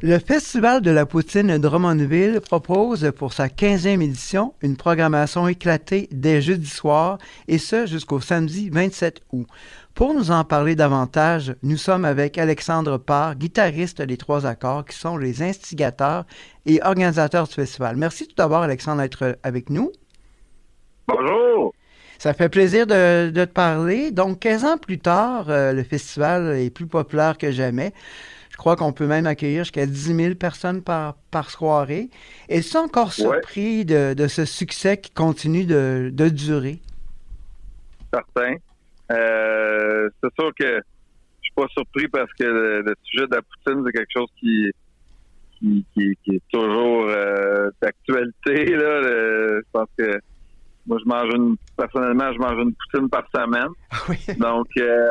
Le Festival de la poutine de Drummondville propose pour sa 15e édition une programmation éclatée dès jeudi soir et ce jusqu'au samedi 27 août. Pour nous en parler davantage, nous sommes avec Alexandre Parr, guitariste des Trois Accords, qui sont les instigateurs et organisateurs du festival. Merci tout d'abord, Alexandre, d'être avec nous. Bonjour! Ça fait plaisir de te parler. Donc, 15 ans plus tard, le festival est plus populaire que jamais. Je crois qu'on peut même accueillir jusqu'à 10 000 personnes par soirée. Elles sont encore surpris de ce succès qui continue de durer. Certain. C'est sûr que je suis pas surpris parce que le sujet de la poutine, c'est quelque chose qui est toujours d'actualité. Là. Je pense que moi, personnellement, je mange une poutine par semaine. Oui. Donc,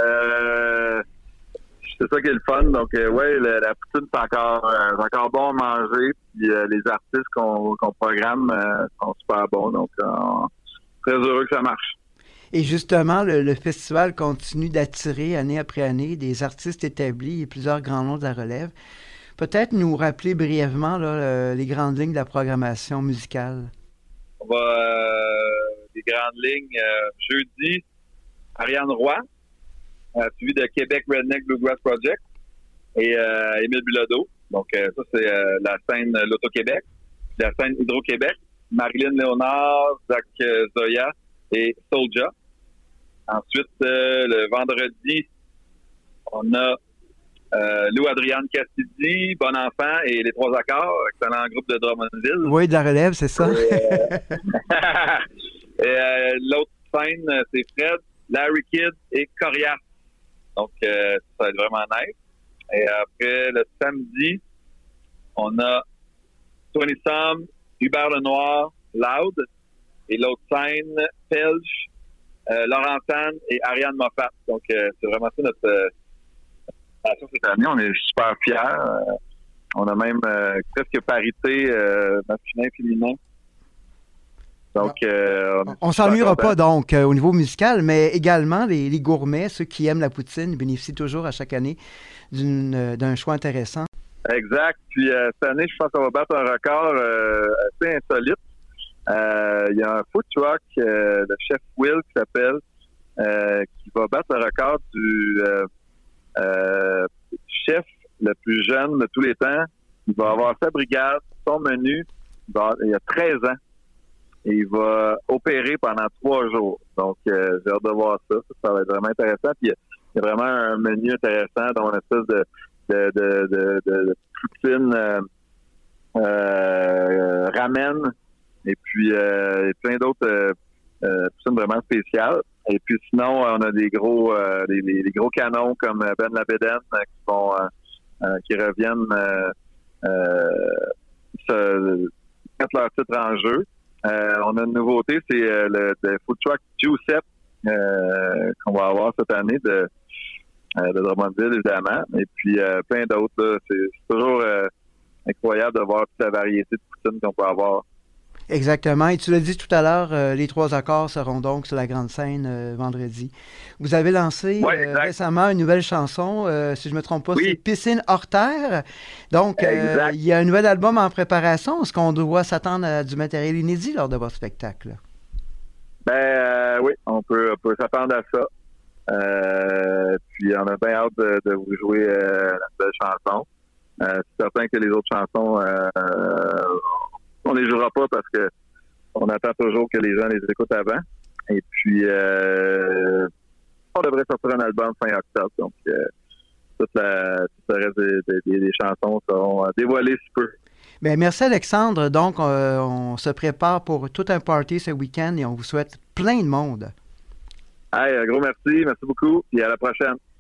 c'est ça qui est le fun. Donc, la poutine, c'est encore bon à manger. Puis, les artistes qu'on programme sont super bons. Donc, très heureux que ça marche. Et justement, le festival continue d'attirer année après année des artistes établis et plusieurs grands noms de la relève. Peut-être nous rappeler brièvement là, les grandes lignes de la programmation musicale. On va les grandes lignes jeudi, Ariane Roy, suivi de Québec Redneck Bluegrass Project et Émile Bilodeau. Donc ça c'est la scène L'Auto-Québec, la scène Hydro-Québec, Marilyn Léonard, Zach Zoya et Soulja. Ensuite, le vendredi, on a Lou-Adrienne Cassidy, Bon Enfant et Les Trois Accords, excellent groupe de Drummondville. Oui, de la relève, c'est ça. Et l'autre scène, c'est Fred, Larry Kidd et Corias. Donc, ça va être vraiment nice. Et après, le samedi, on a Tony Som, Hubert Lenoir, Loud. Et l'autre scène, Pelge, Laurent Tan et Ariane Moffat. Donc, c'est vraiment ça notre cette année. On est super fiers. On a même presque parité masculin-féminin. Donc, on s'ennuiera pas donc au niveau musical, mais également les gourmets, ceux qui aiment la poutine, bénéficient toujours à chaque année d'un choix intéressant. Exact. Puis cette année, je pense qu'on va battre un record assez insolite. Il y a un food truck, le chef Will qui s'appelle, qui va battre le record du chef le plus jeune de tous les temps. Il va avoir sa brigade, son menu, il y a 13 ans. Et il va opérer pendant 3 jours. Donc, j'ai hâte de voir ça. Ça va être vraiment intéressant. Puis, il y a vraiment un menu intéressant, dont une espèce de poutine ramen. Et puis, plein d'autres poutines vraiment spéciales. Et puis, sinon, on a des gros les gros canons comme Ben Labeden qui reviennent mettre leur titre en jeu. On a une nouveauté, c'est le food truck Giuseppe qu'on va avoir cette année de Drummondville, évidemment. Et puis, plein d'autres. Là. C'est toujours incroyable de voir toute la variété de poutines qu'on peut avoir. Exactement. Et tu l'as dit tout à l'heure, les Trois Accords seront donc sur la grande scène vendredi. Vous avez lancé récemment une nouvelle chanson, si je ne me trompe pas, c'est Piscine hors terre. Donc, il y a un nouvel album en préparation. Est-ce qu'on doit s'attendre à du matériel inédit lors de votre spectacle? Oui, on peut s'attendre à ça. Puis, on a bien hâte de vous jouer la nouvelle chanson. C'est certain que les autres chansons... on les jouera pas parce que on attend toujours que les gens les écoutent avant. Et puis, on devrait sortir un album fin octobre. Donc, tout le reste des chansons seront dévoilées si peu. Bien, merci Alexandre. Donc, on se prépare pour tout un party ce week-end et on vous souhaite plein de monde. Hey, un gros merci. Merci beaucoup. Et à la prochaine.